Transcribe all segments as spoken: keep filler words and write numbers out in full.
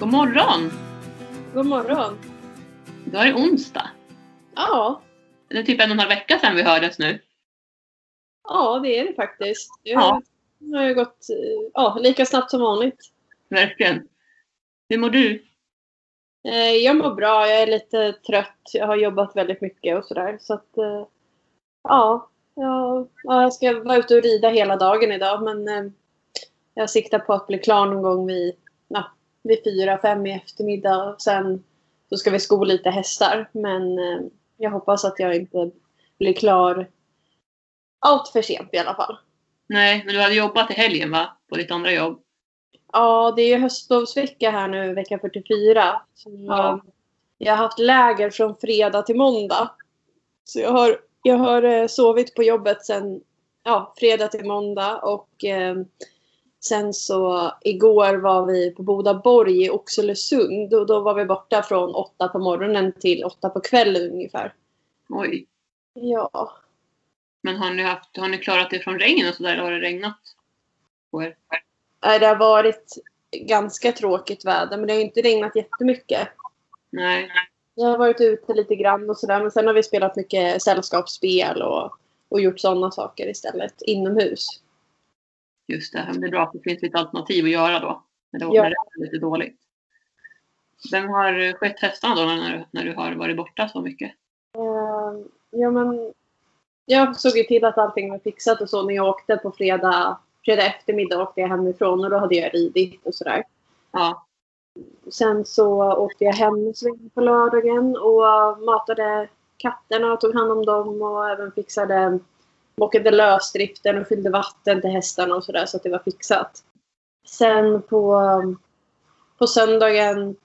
God morgon! God morgon! Då är det onsdag. Ja. Det är typ en och en halv vecka sedan vi hördes nu. Ja, det är det faktiskt. Jag Ja. har ju gått ja, lika snabbt som vanligt. Verkligen. Hur mår du? Eh, jag mår bra. Jag är lite trött. Jag har jobbat väldigt mycket och sådär. Så att, eh, ja, jag, ja, jag ska vara ute och rida hela dagen idag. Men eh, jag siktar på att bli klar någon gång vid, ja, vid fyra, fem i eftermiddag. Och sen så ska vi sko lite hästar. Men eh, jag hoppas att jag inte blir klar allt för sent i alla fall. Nej, men du hade jobbat i helgen va? På ditt andra jobb. Ja, det är ju höstlovsvecka här nu, vecka fyrtiofyra. Så Ja. jag har haft läger från fredag till måndag. Så jag har, jag har eh, sovit på jobbet sen ja, fredag till måndag. Och eh, sen så igår var vi på Bodaborg i Oxelösund. Och då var vi borta från åtta på morgonen till åtta på kvällen ungefär. Oj. Ja. Men har ni, haft, har ni klarat er från regn och sådär? Eller har det regnat på er? Nej, det har varit ganska tråkigt väder. Men det har inte regnat jättemycket. Nej. Jag har varit ute lite grann och sådär. Men sen har vi spelat mycket sällskapsspel och, och gjort sådana saker istället. Inomhus. Just det. Det är bra att det finns lite alternativ att göra då. När det, Ja. när det är lite dåligt. Vem har skött hästarna då när, när du har varit borta så mycket? Uh, ja, men jag såg ju till att allting var fixat och så när jag åkte på fredag, fredag eftermiddag åkte jag hemifrån och då hade jag ridit och sådär. Ja. Sen så åkte jag hem på lördagen och matade katterna och tog hand om dem och även fixade, bockade lösdriften och fyllde vatten till hästarna och sådär så att det var fixat. Sen på, på söndagen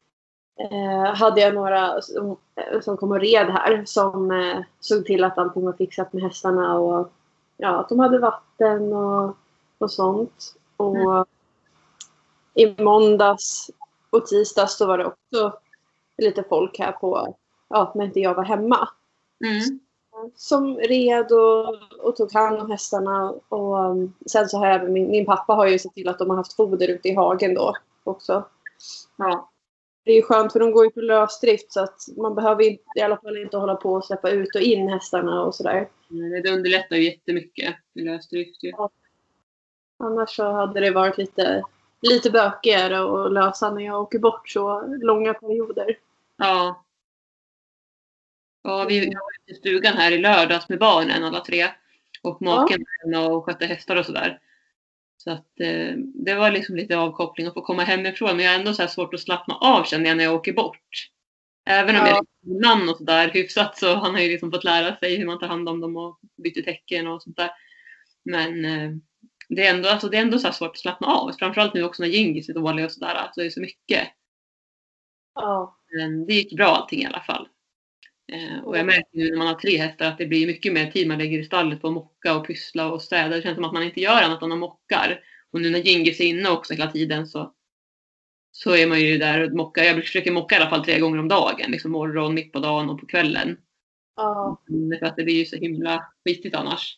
eh, hade jag några som, som kom och red här som eh, såg till att allting var fixat med hästarna och ja, att de hade vatten och, och sånt. Och Mm. i måndags och tisdags så var det också lite folk här på, ja, när inte jag var hemma. Mm. Som red och, och tog hand om hästarna. Och um, sen så har jag, min, min pappa har ju sett till att de har haft foder ute i hagen då också. Ja. Det är ju skönt för de går ju på lösdrift så att man behöver inte, i alla fall inte hålla på och släppa ut och in hästarna och sådär. Mm, det underlättar ju jättemycket i lösdrift ju. Ja. Annars så hade det varit lite, lite bökigare att lösa när jag åker bort så långa perioder. Ja. Ja, vi var i stugan här i lördags med barnen alla tre. Och maken och skötte hästar och sådär. Så att eh, det var liksom lite avkoppling att få komma hemifrån. Men jag har ändå så här svårt att slappna av känner jag när jag åker bort. Även om Ja. jag är man och sådär hyfsat så han har ju liksom fått lära sig hur man tar hand om dem och byter täcken och sånt där. Men eh, det är ändå, alltså, det är ändå så här svårt att slappna av. Framförallt nu också när Gingis är dålig och sådär. Alltså det är så mycket. Ja. Men det gick bra allting i alla fall. Eh, och jag märker nu när man har tre hästar att det blir mycket mer tid man lägger i stallet på att mocka och pyssla och städa. Det känns som att man inte gör annat än att mockar. Och nu när Gingis är inne också hela tiden så, så är man ju där och mockar. Jag försöker mocka i alla fall tre gånger om dagen. Liksom morgon, mitt på dagen och på kvällen. Ja. Mm, för att det blir ju så himla skitigt annars.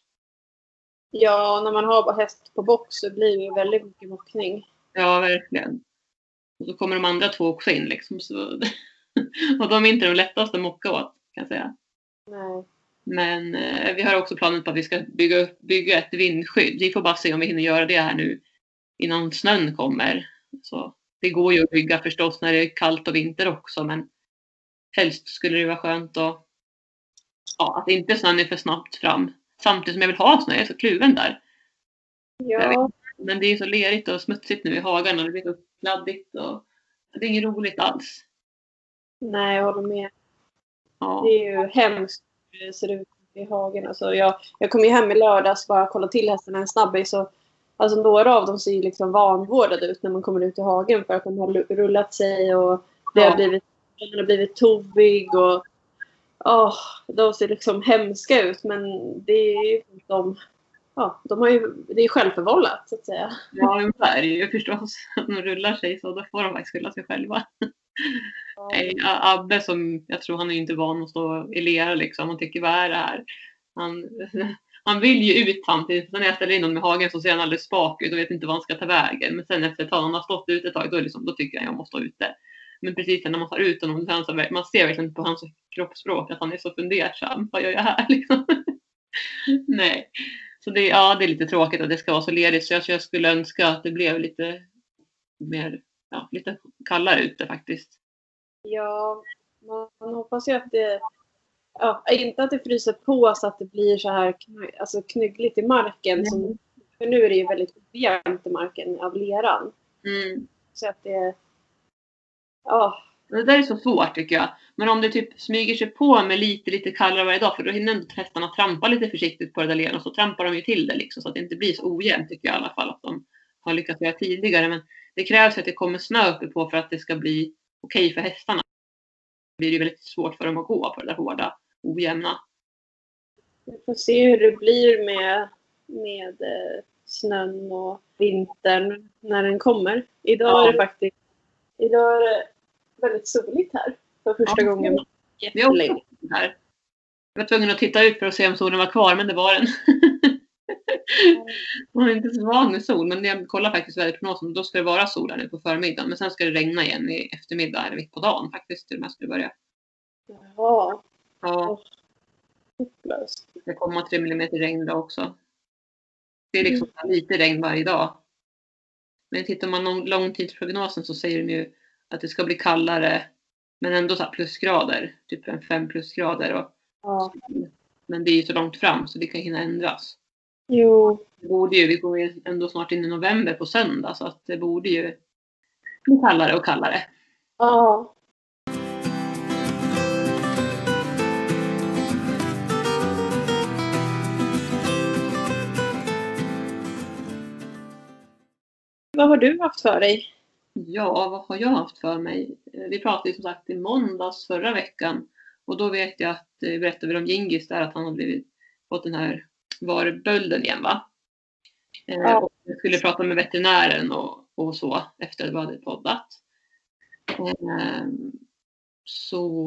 Ja, när man har bara häst på box så blir det ju väldigt mycket mockning. Ja, verkligen. Och så kommer de andra två också in liksom. Så och de är inte de lättaste att mocka åt kan jag säga. Nej. Men eh, vi har också planen på att vi ska bygga, upp, bygga ett vindskydd. Vi får bara se om vi hinner göra det här nu innan snön kommer. Så det går ju att bygga förstås när det är kallt och vinter också. Men helst skulle det vara skönt att, ja, att inte snön är för snabbt fram. Samtidigt som jag vill ha snö, jag är så kluven där. Ja. Men det är så lerigt och smutsigt nu i hagarna. Det blir så kladdigt och det är inget roligt alls. Nej, jag håller med. Ja. Det är ju hemskt hur det ser ut i hagen. Alltså jag, jag kom ju hem i lördags bara kolla till hästarna en snabbis. Så, alltså några av dem ser ju liksom vanvårdade ut när man kommer ut i hagen för att de har rullat sig och det Ja. har blivit, det har blivit tovig och åh, de ser liksom hemska ut. Men det är ju de, ja, de har ju, det är självförvållat så att säga. Ja, men så är det ju förstås. Att de rullar sig så då får de faktiskt skylla sig själva. Ja. Nej, Abbe som, jag tror han är inte van att stå i lera liksom och tycker vad är det här? Han, man vill ju ut samtidigt. Sen när jag ställer in honom i hagen så ser han alldeles spak ut och vet inte vad han ska ta vägen. Men sen efter ett tag, när han har stått ute ett tag, då, är liksom, då tycker jag att jag måste stå ute. Men precis när man tar ut honom, så man ser verkligen på hans kroppsspråk att han är så fundersam. Vad gör jag här liksom? Nej. Så det, ja, det är lite tråkigt att det ska vara så ledigt. Så jag, så jag skulle önska att det blev lite mer, ja, lite kallare ute faktiskt. Ja, man hoppas ju att det, ja, inte att det fryser på så att det blir så här alltså knyggligt i marken. Mm. Som, för nu är det ju väldigt ojämnt i marken av leran. Mm. Så att det, ja. Det där är så svårt tycker jag. Men om det typ smyger sig på med lite, lite kallare varje dag. För då hinner inte hästarna trampa lite försiktigt på det där leran. Och så trampar de ju till det liksom. Så att det inte blir så ojämnt tycker jag i alla fall. Att de har lyckats göra tidigare. Men det krävs att det kommer snö uppe på för att det ska bli okej för hästarna. Det blir ju väldigt svårt för dem att gå på det där hårda, ojämna. Vi får se hur det blir med, med eh, snön och vintern när den kommer. Idag ja. är det faktiskt idag är det väldigt soligt här för första ja. gången. Jättelänge. Jag var tvungen att titta ut för att se om solen var kvar, men det var den. Man är inte så van med sol, men jag kollar faktiskt väderprognosen. Då ska det vara sol här nu på förmiddagen, men sen ska det regna igen i eftermiddag eller mitt på dagen faktiskt. Till och med ska det börja. Jaha. Ja. Hopplöst. Det kommer tre millimeter regn idag också. Det är liksom mm. lite regn varje dag. Men tittar man lång, långtidsprognosen så säger de ju att det ska bli kallare, men ändå så här plusgrader, typ en fem plusgrader. Och, ja. Men det är ju så långt fram så det kan hinna ändras. Jo. Det borde ju, vi går ju ändå snart in i november på söndag, så att det borde ju bli kallare och kallare. Ja. Vad har du haft för dig? Ja, vad har jag haft för mig? Vi pratade som sagt i måndags förra veckan. Och då vet jag att, vi berättade om Gingis där, att han har blivit, fått den här varbölden igen va? Ja. Och jag skulle prata med veterinären och, och så efter att vi hade poddat. Så,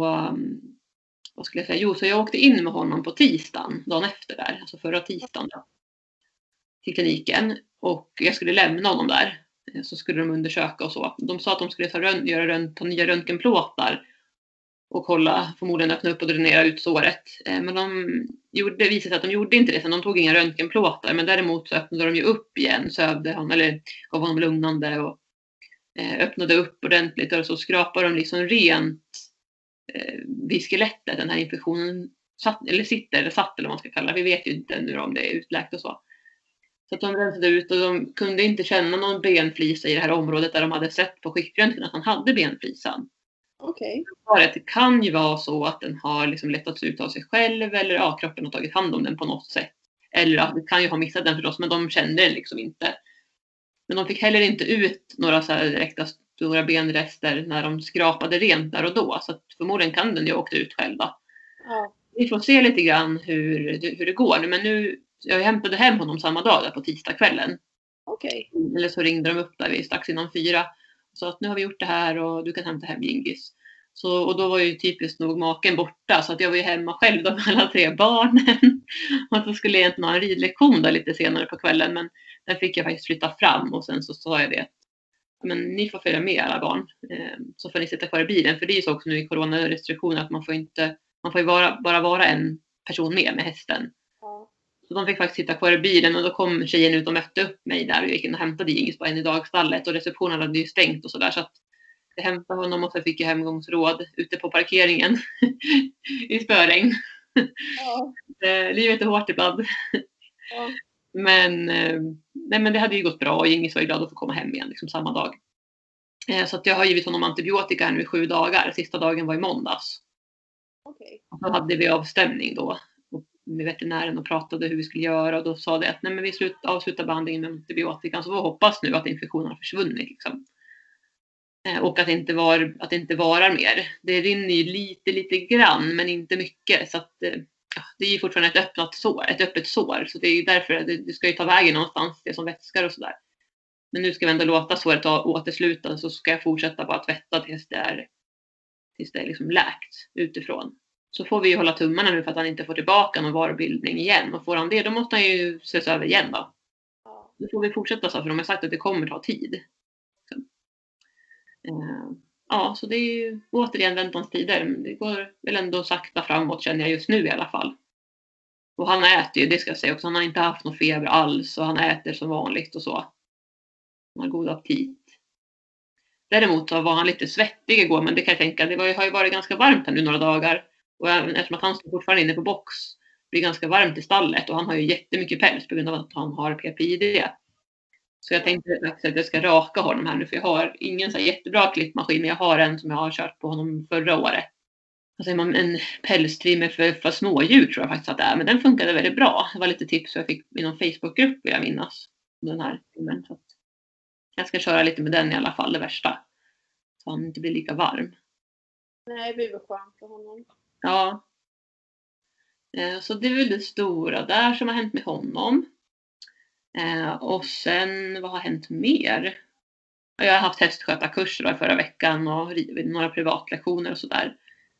vad skulle jag säga? Jo, så jag åkte in med honom på tisdagen, dagen efter där, alltså förra tisdagen då, till kliniken. Och jag skulle lämna honom där. Så skulle de undersöka och så. De sa att de skulle ta, rön- göra rön- ta nya röntgenplåtar. Och kolla, förmodligen öppna upp och dränera ut såret. Men de gjorde, det visade sig att de gjorde inte det. Så de tog inga röntgenplåtar. Men däremot så öppnade de ju upp igen. Sövde honom, eller gav honom lugnande. Och eh, öppnade upp ordentligt. Och så skrapade de liksom rent eh, vid skelettet. Den här infektionen satt, eller sitter, eller satt eller vad man ska kalla det. Vi vet ju inte nu om det är utläkt och så. Så att de rensade ut och de kunde inte känna någon benflisa i det här området där de hade sett på skiktröntgen att han hade benflisan. Okej. Okay. Det kan ju vara så att den har liksom lättats ut av sig själv eller ja, kroppen har tagit hand om den på något sätt. Eller att det kan ju ha missat den förstås, men de kände den liksom inte. Men de fick heller inte ut några så här direkta stora benrester när de skrapade rent där och då. Så att förmodligen kan den ju ha åkt ut själv då. Ja. Vi får se lite grann hur, hur det går. Men nu, jag hämtade hem honom samma dag där på tisdagskvällen. Okej. Okay. Eller så ringde de upp där vid strax innan fyra. Så att nu har vi gjort det här och du kan hämta hem Gingis. Så, och då var ju typiskt nog maken borta. Så att jag var ju hemma själv då med alla tre barnen. Och så skulle jag egentligen ha en ridlektion där lite senare på kvällen. Men den fick jag faktiskt flytta fram. Och sen så sa jag det. Men ni får följa med alla barn. Eh, så får ni sitta kvar i bilen. För det är ju så också nu i coronarestriktioner att man får inte. Man får ju bara, bara vara en person med med hästen. Ja. Så de fick faktiskt sitta kvar i bilen och då kom tjejen ut och mötte upp mig där. Vi gick in och hämtade Gingis på en i dagstallet och receptionen hade ju stängt och sådär. Så att jag hämtade honom och så fick jag hemgångsråd ute på parkeringen i spöregn. Ja. Livet är hårt ibland. Ja. Men, nej, men det hade ju gått bra och Gingis var ju glad att få komma hem igen liksom, samma dag. Så att jag har givit honom antibiotika här nu i sju dagar. Sista dagen var i måndags. Okej. Och så hade vi avstämning då med veterinären och pratade hur vi skulle göra. Och då sa det att nej, men vi slut, avslutar behandlingen med antibiotikan. Så vi hoppas nu att infektionen har försvunnit. Liksom. Eh, och att det, inte var, att det inte varar mer. Det rinner ju lite, lite grann men inte mycket. Så att, eh, det är ju fortfarande ett öppet sår. Ett öppet sår. Så det är ju därför det, det ska ju ta vägen någonstans. Det som vätskar och sådär. Men nu ska vi ändå låta såret återsluta. Så ska jag fortsätta bara tvätta tills det är, tills det är liksom läkt utifrån. Så får vi ju hålla tummarna nu för att han inte får tillbaka någon varubildning igen. Och får han det, då måste han ju ses över igen då. Ja. Då får vi fortsätta så, för de har sagt att det kommer ta tid. Så. Eh, ja, så det är ju återigen väntans tider. Det går väl ändå sakta framåt, känner jag just nu i alla fall. Och han äter ju, det ska jag säga också, han har inte haft någon feber alls. Och han äter som vanligt och så. Han har god aptit. Däremot så var han lite svettig igår, men det kan jag tänka, det var ju, har ju varit ganska varmt här nu några dagar. Och även eftersom att han står fortfarande inne på box, blir ganska varmt i stallet. Och han har ju jättemycket päls på grund av att han har P P I D. Så jag tänkte att jag ska raka honom här nu, för jag har ingen så här jättebra klippmaskin, men jag har en som jag har kört på honom förra året. Alltså en pälstrimmer för, för smådjur tror jag faktiskt att det är, men den funkade väldigt bra. Det var lite tips jag fick i någon Facebookgrupp, vill jag minnas, den här filmen. Så jag ska köra lite med den i alla fall, det värsta. Så han inte blir lika varm. Nej, det blir väl skönt för honom. Ja. Så det är väl det stora där som har hänt med honom. Och sen, vad har hänt mer? Jag har haft hästskötarkurser förra veckan och några privatlektioner och sådär.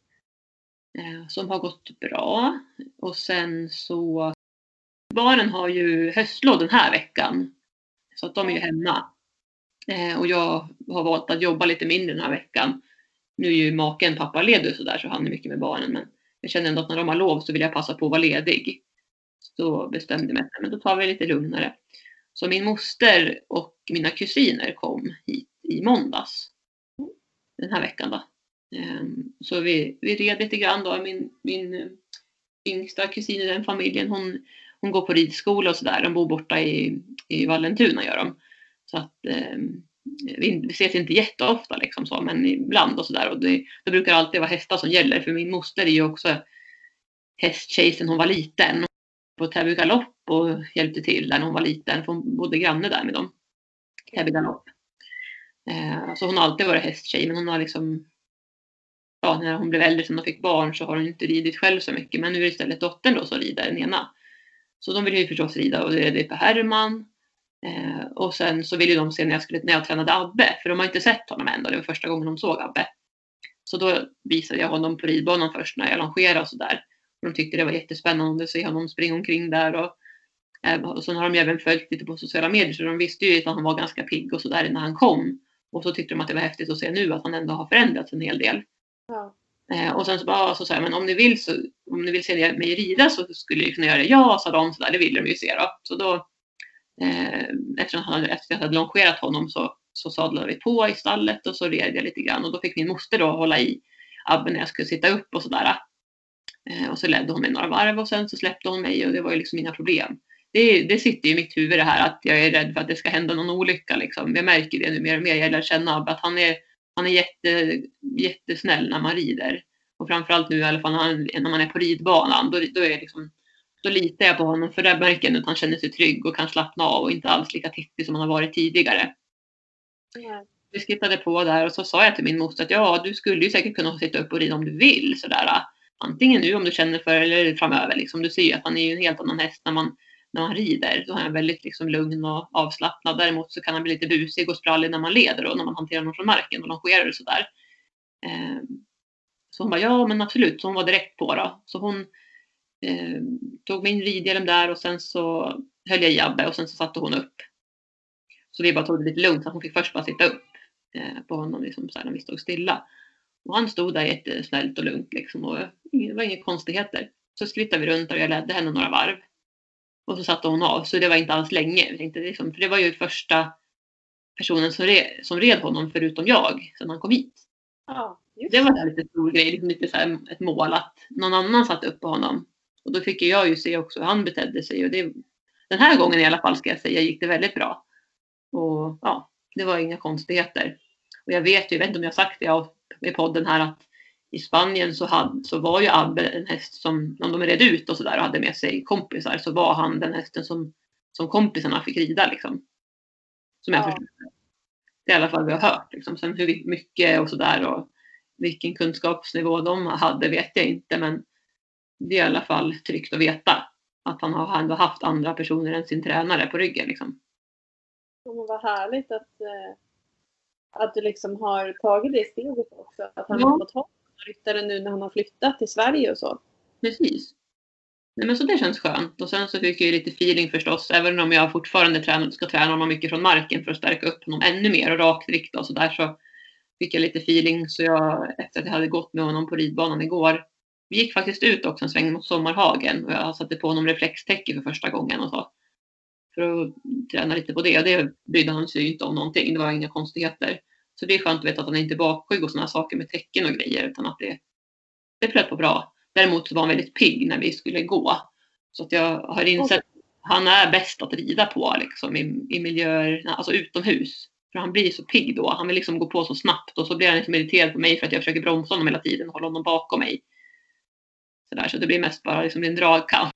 Som har gått bra. Och sen så, barnen har ju höstlov den här veckan. Så att de är ju hemma. Och jag har valt att jobba lite mindre den här veckan. Nu är ju maken pappaledig och sådär, så han är mycket med barnen. Men jag känner ändå att när de har lov så vill jag passa på att vara ledig. Så bestämde jag mig, men då tar vi lite lugnare. Så min moster och mina kusiner kom hit i måndags. Den här veckan då. Så vi, vi red lite grann då. Min, min yngsta kusin i den familjen, hon, hon går på ridskola och sådär. De bor borta i, i Vallentuna gör de. Så att eh, vi, vi ses inte jätteofta liksom så, men ibland och sådär. Och det, det brukar alltid vara hästar som gäller, för min moster är ju också hästtjej sedan hon var liten. På Täby galopp och hjälpte till där när hon var liten, för hon bodde granne där med dem. Täby galopp. Eh, så hon har alltid varit hästtjej, men hon har liksom, ja, när hon blev äldre sen hon fick barn så har hon inte ridit själv så mycket, men nu är det istället dottern då som rider, den ena. Så de vill ju förstås rida, och det är det på Herman. Eh, och sen så ville de se när jag, skulle, när jag tränade Abbe, för de har inte sett honom än då, det var första gången de såg Abbe. Så då visade jag honom på ridbanan först när jag longerade och sådär. De tyckte det var jättespännande att se honom springa omkring där. Och, och så har de även följt lite på sociala medier, så de visste ju att han var ganska pigg och sådär när han kom. Och så tyckte de att det var häftigt att se nu att han ändå har förändrats en hel del. Ja. Eh, och sen så bara så sa jag, men om ni vill, så, om ni vill se mig rida så skulle jag kunna göra det. Ja, sa de, så där, det ville de ju se då. Så då, eh, efter att han efter att jag hade longerat honom så, så sadlade vi på i stallet och så red jag lite grann. Och då fick min moster då hålla i Abbe när jag skulle sitta upp och sådär. Eh, och så ledde hon mig några varv och sen så släppte hon mig och det var ju liksom inga problem. Det, det sitter i mitt huvud det här att jag är rädd för att det ska hända någon olycka liksom. Jag märker det nu mer och mer. Jag lär känna Abbe att han är, han är jätte, jättesnäll när man rider. Och framförallt nu i alla fall när, han, när man är på ridbanan. Då, då, är liksom, då litar jag på honom, för där märker jag att han känner sig trygg och kan slappna av och inte alls lika tittig som han har varit tidigare. Mm. Vi skittade på där och så sa jag till min moster att ja, du skulle ju säkert kunna sitta upp och rida om du vill. Sådär. Antingen nu om du känner för eller framöver. Liksom. Du ser ju att han är ju en helt annan häst när man, när man rider. Då är han väldigt liksom, lugn och avslappnad. Däremot så kan han bli lite busig och sprallig när man leder och när man hanterar honom från marken och longerar och sådär. Eh, så hon bara, ja men absolut. Så hon var direkt på då. Så hon eh, tog min ridhjälm där och sen så höll jag i Abbe och sen så satte hon upp. Så vi bara tog det lite lugnt, så hon fick först bara sitta upp eh, på honom liksom, så här, när vi stod stilla. Och han stod där jättesnällt och lugnt liksom, och det var inga konstigheter. Så skrittade vi runt och jag ledde henne några varv. Och så satte hon av, så det var inte alls länge. Jag tänkte, liksom, för det var ju första personen som red, som red honom förutom jag sedan han kom hit. Ja, just det var en lite stor grej, liksom lite så här ett mål att någon annan satt upp på honom. Och då fick jag ju se också hur han betedde sig. Och det, den här gången i alla fall ska jag säga gick det väldigt bra. Och ja, det var inga konstigheter. Och jag vet ju, jag vet inte om jag har sagt det i podden här, att i Spanien så, hade, så var ju Abbe en häst som, om de red ut och sådär och hade med sig kompisar, så var han den hästen som, som kompisarna fick rida liksom. Som jag ja. förstår. Det är i alla fall vi har hört liksom. Sen hur mycket och sådär och vilken kunskapsnivå de hade vet jag inte, men det är i alla fall tryggt att veta att han har ändå haft andra personer än sin tränare på ryggen liksom. Det var härligt att, att du liksom har tagit det steget också. Att han ja. har fått ha ryttaren nu när han har flyttat till Sverige och så. Precis. Nej, men så det känns skönt. Och sen så fick jag ju lite feeling förstås. Även om jag fortfarande tränar, ska träna honom mycket från marken för att stärka upp honom ännu mer och rakrikta och sådär, så fick jag lite feeling. Så jag, efter att jag hade gått med honom på ridbanan igår, vi gick faktiskt ut också en sväng mot Sommarhagen. Och jag satte på honom reflextäcke för första gången och så. För att träna lite på det. Och det brydde han sig ju inte om någonting. Det var inga konstigheter. Så det är skönt att veta att han inte är bakskygg och sådana saker med tecken och grejer. Utan att det, det flöt på bra. Däremot så var han väldigt pigg när vi skulle gå. Så att jag har insett att han är bäst att rida på liksom, i, i miljöer, alltså utomhus. För han blir så pigg då. Han vill liksom gå på så snabbt. Och så blir han liksom irriterad på mig för att jag försöker bromsa honom hela tiden och hålla honom bakom mig. Så, där, så det blir mest bara liksom en dragkamp.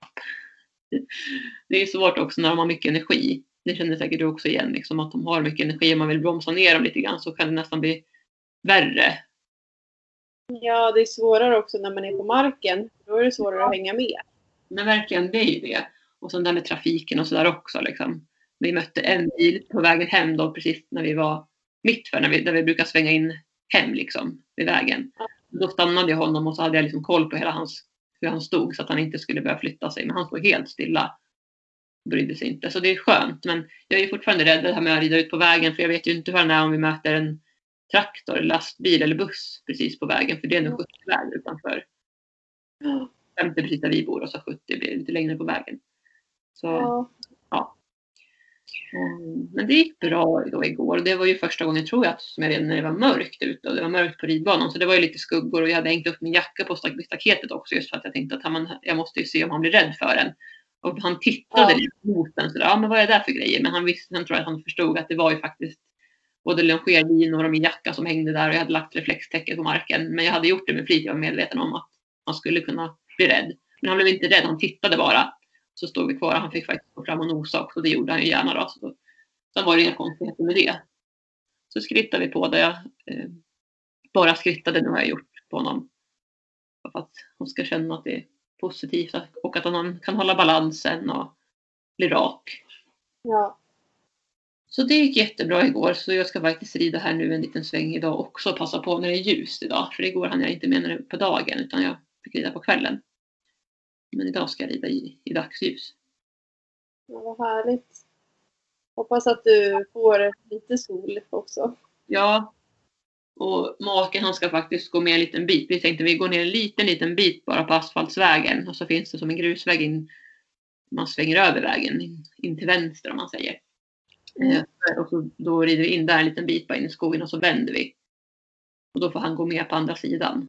Det är svårt också när de har mycket energi. Det känner säkert du också igen. Liksom, att de har mycket energi och man vill bromsa ner dem lite grann, så kan det nästan bli värre. Ja, det är svårare också när man är på marken. Då är det svårare att hänga med. Men verkligen, det är ju det. Och sen där med trafiken och sådär också. Liksom. Vi mötte en bil på vägen hem då, precis när vi var mitt för, när vi, där vi brukar svänga in hem liksom, vid vägen. Ja. Då stannade jag honom och så hade jag liksom koll på hela hans, hur han stod, så att han inte skulle börja flytta sig. Men han stod helt stilla. Brydde sig inte. Så det är skönt. Men jag är fortfarande rädd det här med att rida ut på vägen. För jag vet ju inte hur det är om vi möter en traktor, lastbil eller buss precis på vägen. För det är nog sjuttio-väg utanför. femtio precis där vi bor och så sjuttio blir lite längre på vägen. Så ja. ja. Men det gick bra då igår. Det var ju första gången, tror jag, som jag vet, när det var mörkt ute. Och det var mörkt på ridbanan. Så det var ju lite skuggor. Och jag hade hängt upp min jacka på staketet också. Just för att jag tänkte att han, jag måste ju se om han blir rädd för den. Och han tittade ja. lite mot den. Så där, ja, men vad är det där för grejer? Men han visste, han tror att han förstod att det var ju faktiskt både longerlinor och min jacka som hängde där. Och jag hade lagt reflextäcket på marken. Men jag hade gjort det med flit. Jag var medveten om att han skulle kunna bli rädd. Men han blev inte rädd. Han tittade bara. Så stod vi kvar. Han fick faktiskt gå fram och nosa också. Och det gjorde han ju gärna då. Så sen var det inga konstigheter med det. Så skrittade vi på det. Jag eh, bara skrittade nu har jag gjort på honom. För att hon ska känna att det är positivt. Och att han kan hålla balansen och bli rak. Ja. Så det gick jättebra igår. Så jag ska faktiskt rida här nu en liten sväng idag också. Och passa på när det är ljust idag. För igår hann jag inte med när det på dagen. Utan jag fick rida på kvällen. Men idag ska jag rida i, i dagsljus. Ja, vad härligt. Hoppas att du får lite sol också. Ja. Och maken, han ska faktiskt gå med en liten bit. Vi tänkte vi går ner en liten, liten bit bara på asfaltsvägen. Och så finns det som en grusväg in. Man svänger över vägen in, in till vänster om man säger. Mm. Eh, och så, då rider vi in där en liten bit bara in i skogen och så vänder vi. Och då får han gå med på andra sidan.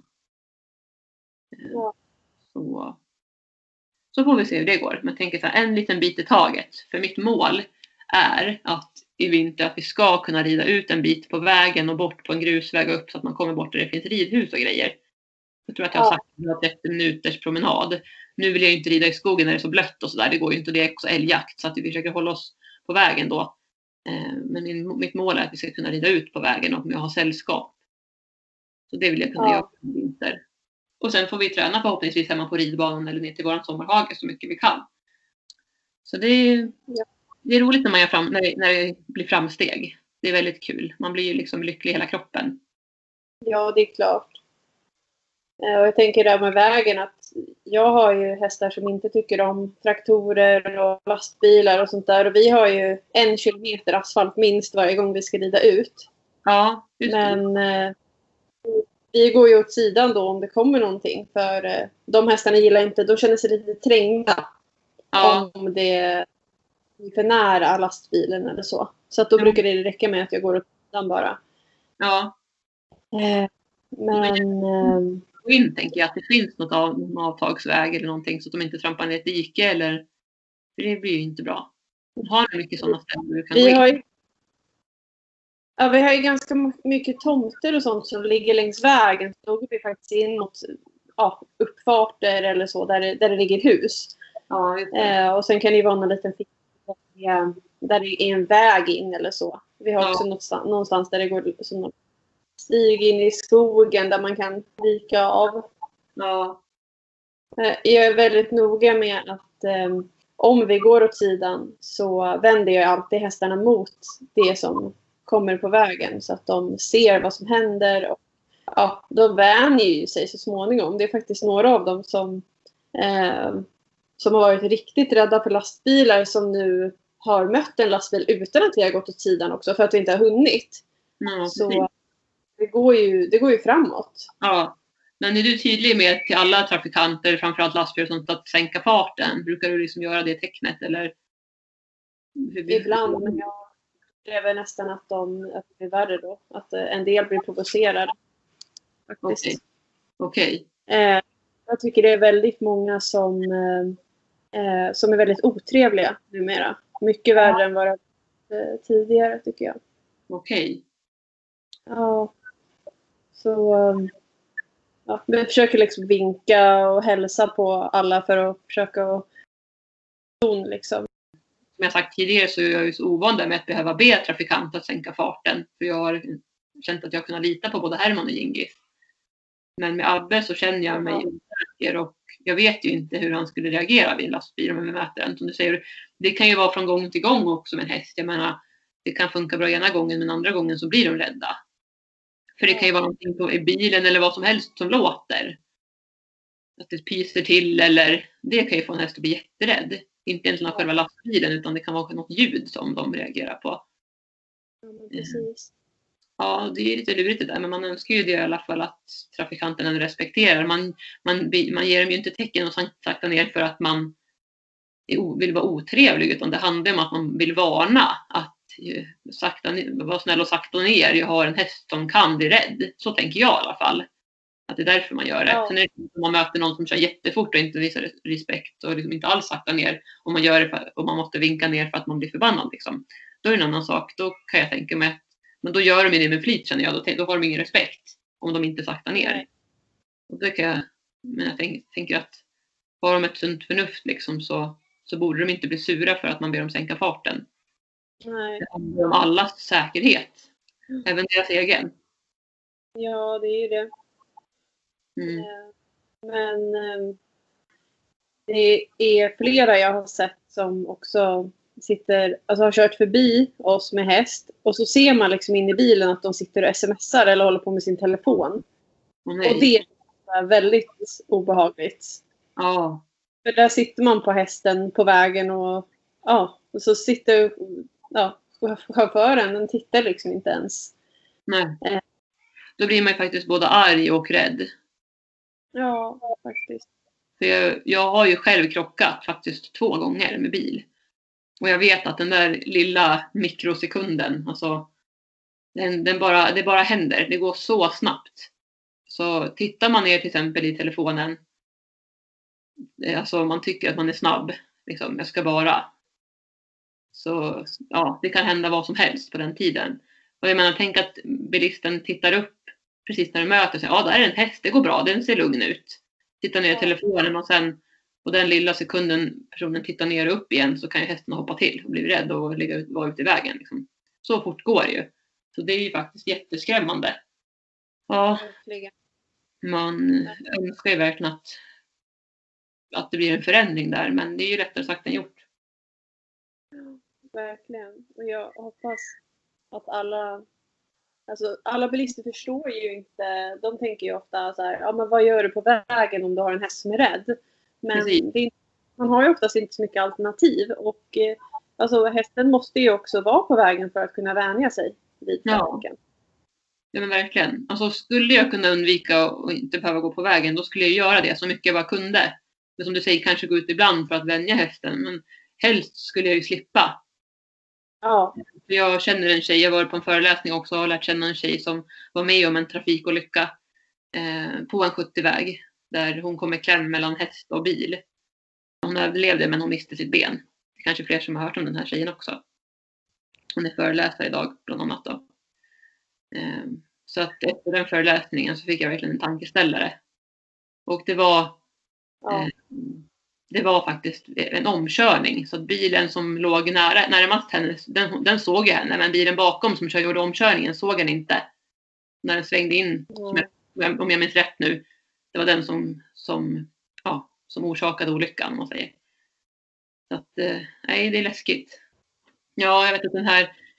Eh, ja. Så... Så får vi se hur det går. Men jag tänker så här, en liten bit i taget. För mitt mål är att i vinter att vi ska kunna rida ut en bit på vägen och bort på en grusväg och upp så att man kommer bort där det finns ridhus och grejer. Jag tror att jag har sagt att vi har trettio minuters promenad. Nu vill jag inte rida i skogen när det är så blött och sådär. Det går ju inte, det är också älgjakt så att vi försöker hålla oss på vägen då. Men min, mitt mål är att vi ska kunna rida ut på vägen och om jag har sällskap. Så det vill jag kunna ja. göra i vinter. Och sen får vi träna förhoppningsvis hemma på ridbanan eller ner till våran sommarhage så mycket vi kan. Så det är, ja. det är roligt när man gör fram, när, det, när det blir framsteg. Det är väldigt kul. Man blir ju liksom lycklig i hela kroppen. Ja, det är klart. Och jag tänker där med vägen att jag har ju hästar som inte tycker om traktorer och lastbilar och sånt där. Och vi har ju en kilometer asfalt minst varje gång vi ska rida ut. Ja, just det. Men... Vi går ju åt sidan då om det kommer någonting. För eh, de hästarna gillar inte, då känner sig lite trängda. Ja. Om det är för nära lastbilen eller så. Så att då ja. brukar det räcka med att jag går åt sidan bara. Ja. Eh, men... Eh, in tänker jag att det finns något av, någon avtagsväg eller någonting. Så att de inte trampar ner ett dike eller... För det blir ju inte bra. Har du mycket sådana ställen du kan vi gå in? Har ju... Ja, vi har ju ganska mycket tomter och sånt som ligger längs vägen. Så då går vi faktiskt in mot ja, uppfarter eller så där det, där det ligger hus. Ja, eh, och sen kan det ju vara någon liten ficka där det är en väg in eller så. Vi har ja. också någonstans, någonstans där det går som någon stig in i skogen där man kan vika av. Ja. Eh, jag är väldigt noga med att eh, om vi går åt sidan så vänder jag alltid hästarna mot det som kommer på vägen så att de ser vad som händer och ja, de vänjer ju sig så småningom. Det är faktiskt några av dem som, eh, som har varit riktigt rädda för lastbilar som nu har mött en lastbil utan att vi har gått åt sidan också för att vi inte har hunnit. Ja, så det går, ju, det går ju framåt. Ja, men är du tydlig med till alla trafikanter, framförallt lastbilar, som att sänka farten? Brukar du liksom göra det tecknet eller? Ibland, men jag upplever nästan att, de, att det är värre då. Att en del blir provocerade. Faktiskt. Okej. Okay. Eh, jag tycker det är väldigt många som, eh, som är väldigt otrevliga numera. Mycket värre ja. än vad det var eh, tidigare, tycker jag. Okej. Okay. Ja. Så ja, vi försöker liksom vinka och hälsa på alla för att försöka liksom. Som jag sagt tidigare så är jag ju så ovan med att behöva be trafikanter att sänka farten. För jag har känt att jag kunnat lita på både Herman och Gingis. Men med Abbe så känner jag mig osäker och jag vet ju inte hur han skulle reagera vid en lastbil om vi möter den. Som du säger, det kan ju vara från gång till gång också med en häst. Jag menar, det kan funka bra ena gången men andra gången så blir de rädda. För det kan ju vara någonting på, i bilen eller vad som helst som låter. Att det pyser till eller det kan ju få en häst att bli jätterädd. Inte ens själva lastbilen utan det kan vara något ljud som de reagerar på. Ja, men precis. Ja, det är lite lurigt det där, men man önskar ju det i alla fall att trafikanterna respekterar. Man, man, man ger dem ju inte tecken och sakta ner för att man vill vara otrevlig, utan det handlar om att man vill varna att sakta ner, vara snäll och sakta ner. Jag har en häst som kan bli rädd. Så tänker jag i alla fall. Att det är därför man gör det. Ja. Sen är det om man möter någon som kör jättefort och inte visar respekt och liksom inte alls sakta ner. Om man gör det för, och man måste vinka ner för att man blir förbannad. Liksom. Då är det en annan sak. Då kan jag tänka mig. Men då gör de det med flit, känner jag. Då, då har de ingen respekt. Om de inte saktar ner. Och det kan jag, men jag tänk, tänker att har de ett sunt förnuft liksom, så, så borde de inte bli sura för att man ber dem sänka farten. Nej. Det handlar om allas säkerhet. Mm. Även deras egen. Ja, det är ju det. Mm. Men det är flera jag har sett som också sitter, alltså har kört förbi oss med häst och så ser man liksom in i bilen att de sitter och smsar eller håller på med sin telefon. Oh, och det är väldigt obehagligt. Ja. För där sitter man på hästen på vägen och ja, och så sitter ja, chauffören, den tittar liksom inte ens. Nej. Eh. Då blir man ju faktiskt både arg och rädd. Ja, faktiskt. För jag, jag har ju själv krockat faktiskt två gånger med bil. Och jag vet att den där lilla mikrosekunden, alltså den, den bara, det bara händer. Det går så snabbt. Så tittar man ner till exempel i telefonen, alltså man tycker att man är snabb, liksom, jag ska bara. Så ja, det kan hända vad som helst på den tiden. Och jag menar, tänk att bilisten tittar upp precis när du möter sig. Ja, där är en häst, det går bra, den ser lugn ut. Tittar ner i telefonen och sen på den lilla sekunden personen tittar ner och upp igen så kan ju hästen hoppa till och bli rädd och ligga ut, vara ute i vägen. Liksom. Så fort går det ju. Så det är ju faktiskt jätteskrämmande. Ja, man önskar ju verkligen att, att det blir en förändring där, men det är ju lättare sagt än gjort. Verkligen. Och jag hoppas att alla, alltså alla bilister förstår ju inte, de tänker ju ofta så här, ja men vad gör du på vägen om du har en häst som är rädd? Men det, man har ju oftast inte så mycket alternativ och alltså hästen måste ju också vara på vägen för att kunna vänja sig vid trafiken. Ja, men verkligen. Alltså skulle jag kunna undvika och inte behöva gå på vägen, då skulle jag göra det så mycket jag bara kunde. Men som du säger, kanske gå ut ibland för att vänja hästen, men helst skulle jag ju slippa. Ja. Jag känner en tjej, jag var på en föreläsning också och har lärt känna en tjej som var med om en trafikolycka eh, på en sjuttio-väg. Där hon kom i kläm mellan häst och bil. Hon överlevde men hon miste sitt ben. Det är kanske fler som har hört om den här tjejen också. Hon är föreläsare idag bland annat då. Eh, så att efter den föreläsningen så fick jag verkligen en tankeställare. Och det var... Ja. Eh, Det var faktiskt en omkörning. Så att bilen som låg nära, närmast henne, den, den såg jag henne. Men bilen bakom som gjorde omkörningen såg henne inte. När den svängde in, Mm. som jag, om jag minns rätt nu. Det var den som, som, ja, som orsakade olyckan, om man säger. Så att, nej, det är läskigt. Ja, jag vet att den här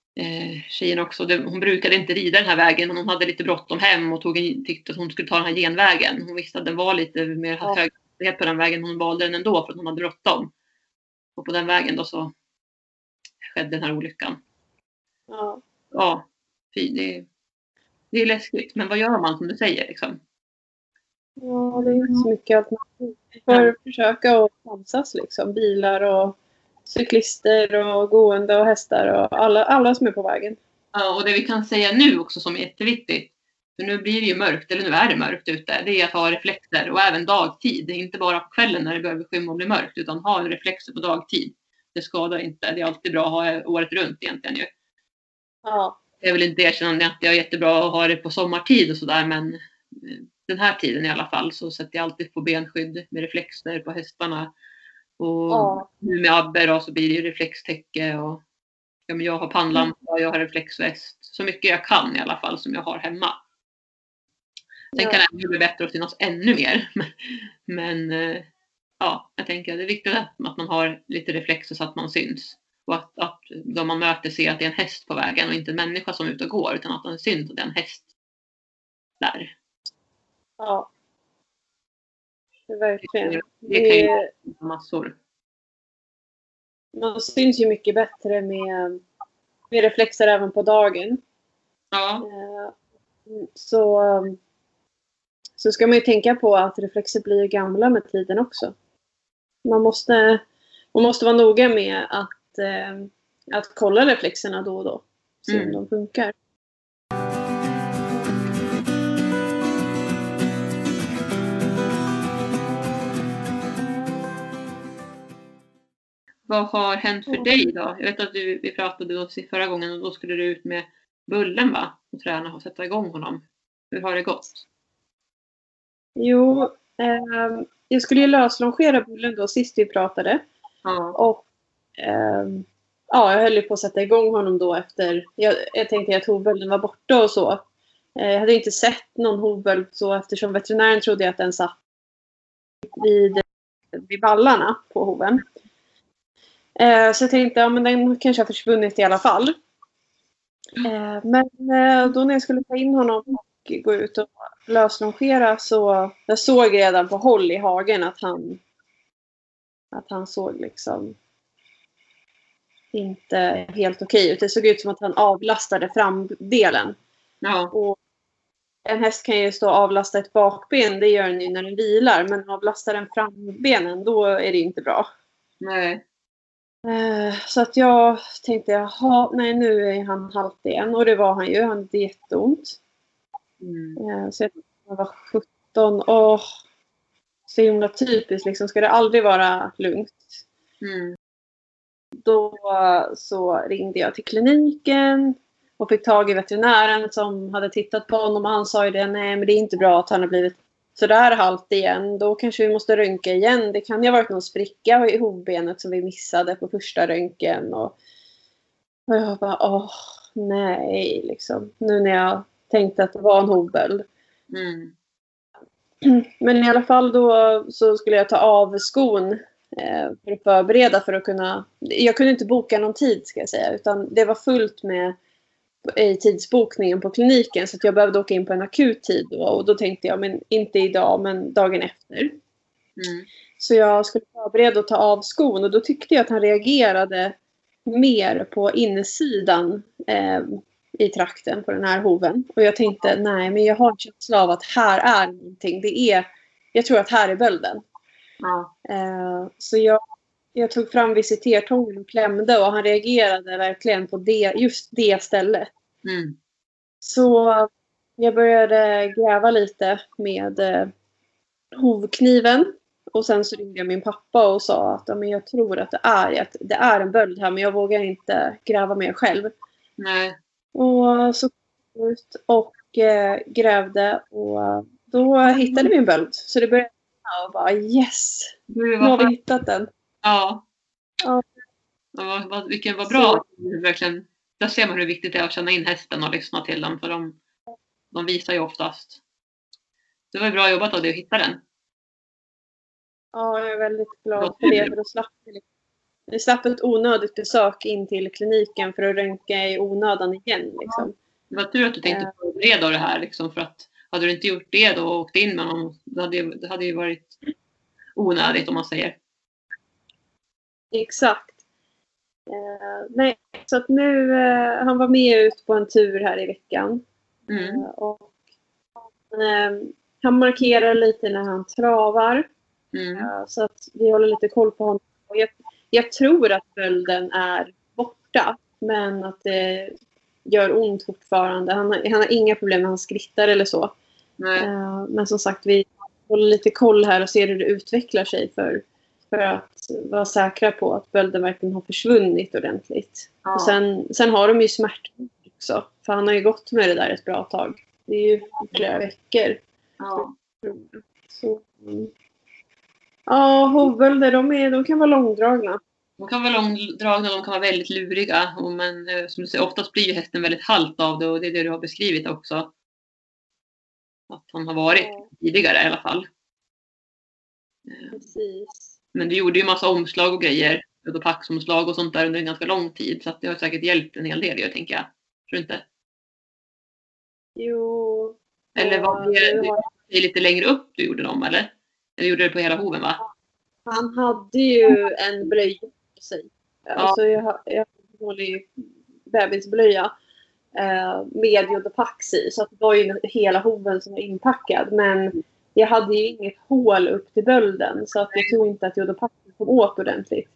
eh, tjejen också. Det, hon brukade inte rida den här vägen, men hon hade lite bråttom hem och tog en, tyckte att hon skulle ta den här genvägen. Hon visste att det var lite mer Ja. hög hastighet på den vägen. Hon valde den ändå för att hon hade bråttom. Och på den vägen då så skedde den här olyckan. Ja. Ja, fy, det, det är läskigt. Men vad gör man som du säger liksom? Ja, det är inte så mycket alternativ. Vi får Ja. försöka att samsas liksom. Bilar och cyklister och gående och hästar och alla, alla som är på vägen. Ja, och det vi kan säga nu också som är jätteviktigt, för nu blir det ju mörkt, eller nu är det mörkt ute, det är att ha reflexer och även dagtid. Inte bara på kvällen när det börjar skymma och bli mörkt, utan ha reflexer på dagtid. Det skadar inte, det är alltid bra att ha året runt egentligen ju. Ja. Jag vill inte erkänna att det är jättebra att ha det på sommartid och sådär, men den här tiden i alla fall så sätter jag alltid på benskydd med reflexer på hästarna. Och Ja. nu med Abbe då så blir det ju reflextäcke och ja, men jag har pannlampa och jag har reflexväst. Så mycket jag kan i alla fall som jag har hemma. Sen Ja. kan det bli bättre att synas ännu mer. Men ja, jag tänker att det är viktigt att man har lite reflexer så att man syns. Och att, att de man möter ser att det är en häst på vägen och inte en människa som är ute och går, utan att det syns att det är en häst där. Ja. Det är verkligen. Det kan ju Det, vara massor. man syns ju mycket bättre med, med reflexer även på dagen. Ja, Eh, Så, så ska man ju tänka på att reflexer blir gamla med tiden också. Man måste, man måste vara noga med att, eh, att kolla reflexerna då och då. Se Mm. om de funkar. vad har hänt för dig då? Jag vet att du, vi pratade då förra gången och då skulle du ut med Bullen va? Och träna och sätta igång honom. Hur har det gått? Jo, eh, jag skulle ju löslongera Bullen då sist vi pratade. Ja. Och eh, ja, jag höll ju på att sätta igång honom då efter. Jag, jag tänkte att hovbölden var borta och så. Eh, jag hade inte sett någon hovböld så eftersom veterinären trodde att den satt vid, vid ballarna på hoven. Eh, så jag tänkte, ja men den kanske har försvunnit i alla fall. Eh, men eh, då när jag skulle ta in honom och gå ut och löslongera så jag såg redan på håll i hagen att han att han såg liksom inte helt okej ut. Det såg ut som att han avlastade framdelen. Ja. Och en häst kan ju stå och avlasta ett bakben, det gör den ju när den vilar, men avlastar den frambenen, då är det inte bra. Nej. Eh, så att jag tänkte, jaha, nej nu är han halt igen. Och det var han ju, han hade jätteont. Mm. Eh, så jag, jag var sjutton, åh, så himla typiskt liksom, ska det aldrig vara lugnt. Mm. Då så ringde jag till kliniken och fick tag i veterinären som hade tittat på honom och han sa ju det, nej men det är inte bra att han har blivit sådär halt igen. Då kanske vi måste röntga igen. Det kan ju ha varit någon spricka i hovbenet som vi missade på första röntgen. Och, och jag bara, åh nej liksom. Nu när jag tänkte att det var en hovböld. Mm. Men i alla fall då så skulle jag ta av skon eh, för att förbereda för att kunna. Jag kunde inte boka någon tid ska jag säga. Utan det var fullt med i tidsbokningen på kliniken. Så att jag behövde åka in på en akut tid då. Och då tänkte jag, men inte idag men dagen efter. Mm. Så jag skulle förbereda att ta av skon. Och då tyckte jag att han reagerade mer på insidan eh, i trakten på den här hoven. Och jag tänkte, nej men jag har en känsla av att här är någonting. Det är, jag tror att här är bölden. Ja. Eh, så jag, jag tog fram visitertången och klämde. Och han reagerade verkligen på det, just det stället. Mm. Så jag började gräva lite med eh, hovkniven. Och sen så ringde jag min pappa och sa att ja, men jag tror att det är, att det är en böld här. Men jag vågar inte gräva mer själv. Nej. Och så kom jag ut och eh, grävde. Och då hittade vi en böld. Så det började och bara yes. Nu Nu har vi var hittat den. ja. Ja. Ja, vad, vilken var bra. Verkligen. Där ser man hur viktigt det är att känna in hästen och lyssna till dem. För de, de visar ju oftast. Det var ju bra jobbat av dig att hitta den. Ja, jag är väldigt glad för det. För då slapp vi, vi slapp ett onödigt besök in till kliniken för att röntga i onödan igen. Liksom. Det var tur att du tänkte förbereda det här. Liksom, för att hade du inte gjort det då och åkt in med honom, det hade, det hade ju varit onödigt om man säger. Exakt. Uh, nej, så att nu, uh, han var med ut på en tur här i veckan. Mm. Uh, och uh, han markerar lite när han travar. Mm. Uh, så att vi håller lite koll på honom. Och jag, jag tror att bölden är borta. Men att det gör ont fortfarande. Han har, han har inga problem när han skrittar eller så. Nej. Uh, men som sagt, vi håller lite koll här och ser hur det utvecklar sig för, för att vara säkra på att bölden verkligen har försvunnit ordentligt. Ja. Och sen, sen har de ju smärta också. För han har ju gått med det där ett bra tag. Det är ju flera veckor. Ja. Så, mm. Ja, hovbölder, de, är, de kan vara långdragna. De kan vara långdragna, de kan vara väldigt luriga. Och men eh, som du säger, oftast blir ju hästen väldigt halt av det. Och det är det du har beskrivit också. Att han har varit Ja. tidigare i alla fall. Precis. Men du gjorde ju massa omslag och grejer. Och paxomslag och sånt där under en ganska lång tid. Så att det har säkert hjälpt en hel del, jag tänker jag. Tror du inte? Jo. Eller var det, Ja, det var lite längre upp du gjorde dem, eller? Eller gjorde du det på hela hoven, va? han hade ju en blöja på sig. Ja. Alltså jag, jag håller ju bebisblöja eh, med jodopax i. Så att det var ju hela hoven som var inpackad. Men jag hade ju inget hål upp till bölden. Så att jag tror inte att jodopaxen kom åt ordentligt.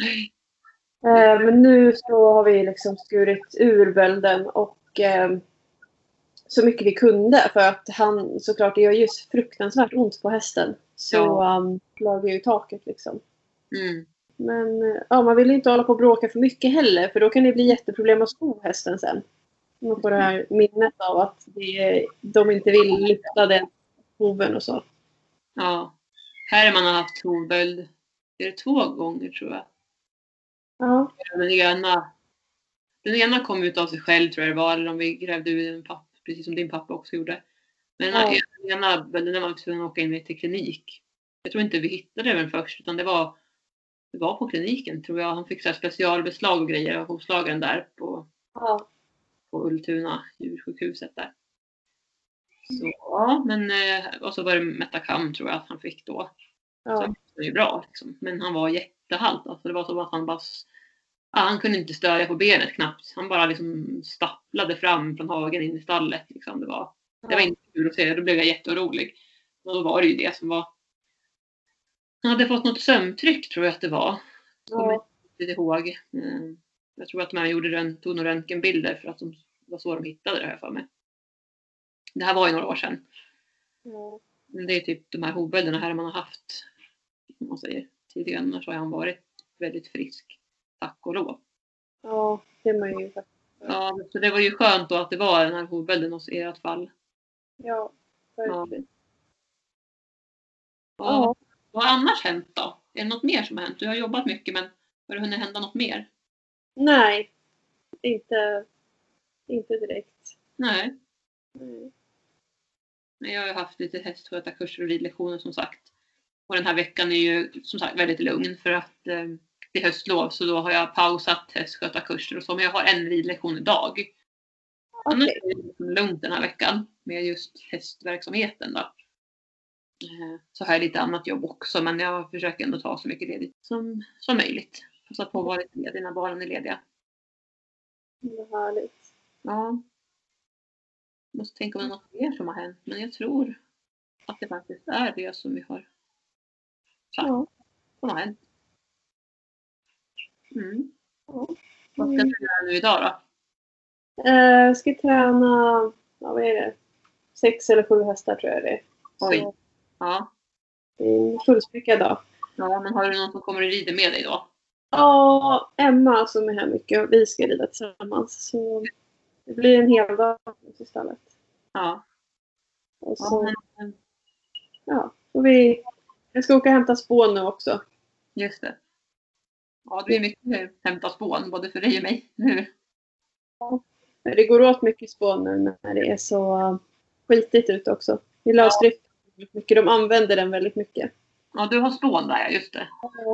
Eh, men nu så har vi liksom skurit ur bölden och eh, så mycket vi kunde. För att han såklart, det gör just fruktansvärt ont på hästen. Så Ja. um, lagar ju taket liksom. Mm. Men ja, man vill inte hålla på och bråka för mycket heller. För då kan det bli jätteproblem att sko hästen sen. Man får det här minnet av att det, de inte vill lyfta den hoven och så. Ja. Här har man haft hovböld. Det är två gånger, tror jag. Ja. Den ena, den ena kom ut av sig själv, tror jag det var. Eller om vi grävde ur en papp. Precis som din pappa också gjorde. Men den, Ja. den ena bölden var vi tvungna att åka in med till klinik. Jag tror inte vi hittade den först. Utan det var, det var på kliniken, tror jag. Han fick så här specialbeslag och grejer av hovslagaren där på, Ja. på Ultuna djursjukhuset där. Så ja, men och så var det Metacam, tror jag att han fick då. Ja. Så det var ju bra liksom. Men han var jättehalt. Alltså det var så att han bara, ja, han kunde inte stödja på benet knappt. Han bara liksom stapplade fram från hagen in i stallet liksom. Det var, det var inte kul att se. Då blev jag jätteorolig. Och då var det ju det som var. Han hade fått något sömntryck, tror jag att det var. Kommer Ja. inte ihåg. Mm. Jag tror att man gjorde rönt, tog några röntgenbilder för att de, det var så de hittade det här för mig. Det här var ju några år sedan. Ja. Men det är typ de här hovbölderna här man har haft, om man säger. Tidigare annars har han varit väldigt frisk. Tack och lov. Ja, det är man ju faktiskt. Ja, så det var ju skönt då att det var den här hovbölden hos er i alla fall. Ja, verkligen. Ja. Ja. Vad har annars hänt då? Är det något mer som har hänt? Du har jobbat mycket, men har det hunnit hända något mer? Nej, inte, inte direkt. Nej. Nej. Men jag har haft lite hästskötarkurser och ridlektioner som sagt. Och den här veckan är ju som sagt väldigt lugn för att eh, det är höstlov. Så då har jag pausat hästskötarkurser och så. Men jag har en ridlektion idag. Okej. Annars är det liksom lugnt den här veckan med just hästverksamheten då. Eh, så har jag lite annat jobb också. Men jag försöker ändå ta så mycket ledigt som, som möjligt. Passa på att vara lite ledig när barnen är lediga. Vad härligt. Ja. Jag måste tänka om det är något mer som har hänt. Men jag tror att det faktiskt är det som vi har sagt. Ja. Som har hänt. Mm. Ja. Vad ska du göra nu idag då? Jag uh, ska träna, ja, vad är det? Sex eller sju hästar tror jag det är. Oj. Så Ja. det är en fullspäckad dag. Ja, men har du någon som kommer och rider med dig då? Ja, Emma som är här mycket och vi ska rida tillsammans. Så det blir en hel dag i stallet. Ja. Och Ja, så, men, ja, så vi, jag ska åka och hämta spån nu också. just det. Ja, det är mycket hämta spån, både för dig och mig nu. Det går åt mycket spån nu när det är så skitigt ut också. I lösdrift väldigt mycket. De använder den väldigt mycket. Ja, du har spån där, just det.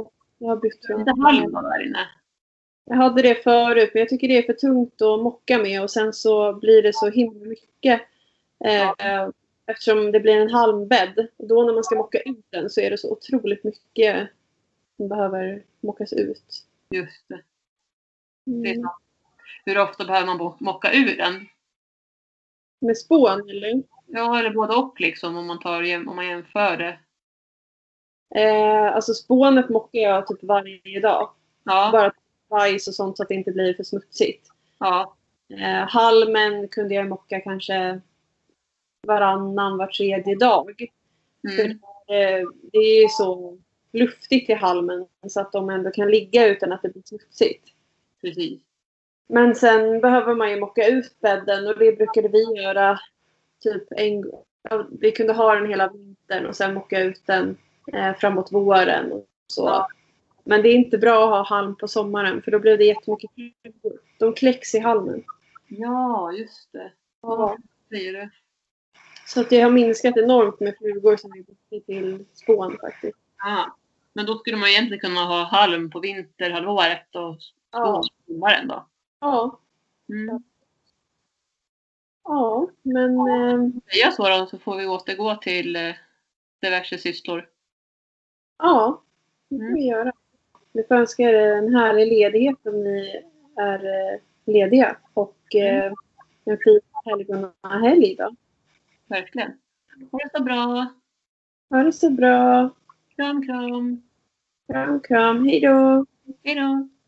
Jag har bytt från... Lite halm där inne. Jag hade det förut, men jag tycker det är för tungt att mocka med och sen så blir det så himla mycket. Eh, Ja. Eftersom det blir en halmbädd. Och då när man ska mocka ut den så är det så otroligt mycket som behöver mockas ut. Just det. Mm. Det är så. Hur ofta behöver man bo- mocka ur den? Med spån eller? Ja, eller både och liksom om man, tar, jäm- om man jämför det. Eh, alltså spånet mockar jag typ varje dag. Ja, Bara bajs och sånt så att det inte blir för smutsigt. ja. Eh, halmen kunde jag mocka kanske varannan, var tredje dag. För Mm. eh, det är ju så luftigt i halmen så att de ändå kan ligga utan att det blir smutsigt. Precis. Men sen behöver man ju mocka ut bädden och det brukade vi göra typ en gång. Vi kunde ha den hela vintern och sen mocka ut den eh, framåt våren och så. Ja. Men det är inte bra att ha halm på sommaren för då blir det jättemycket flugor. De kläcks i halmen. Ja, just det. Ja. Säger du. Så att det har minskat enormt med flugor som är bytt till spån faktiskt. Ja. Men då skulle man egentligen kunna ha halm på vinterhalvåret och Ja. spån på sommaren då. Ja, Mm. ja men eh, Säga så då så får vi återgå till eh, diverse sysslor. ja, det får Mm. vi göra. Vi får önska er en härlig ledighet om ni är eh, lediga. Och eh, en fin helgona-helg då. Verkligen. Ha det så bra. Ha det så bra. Kram, kram. Kram, kram. Hej då. Hej då.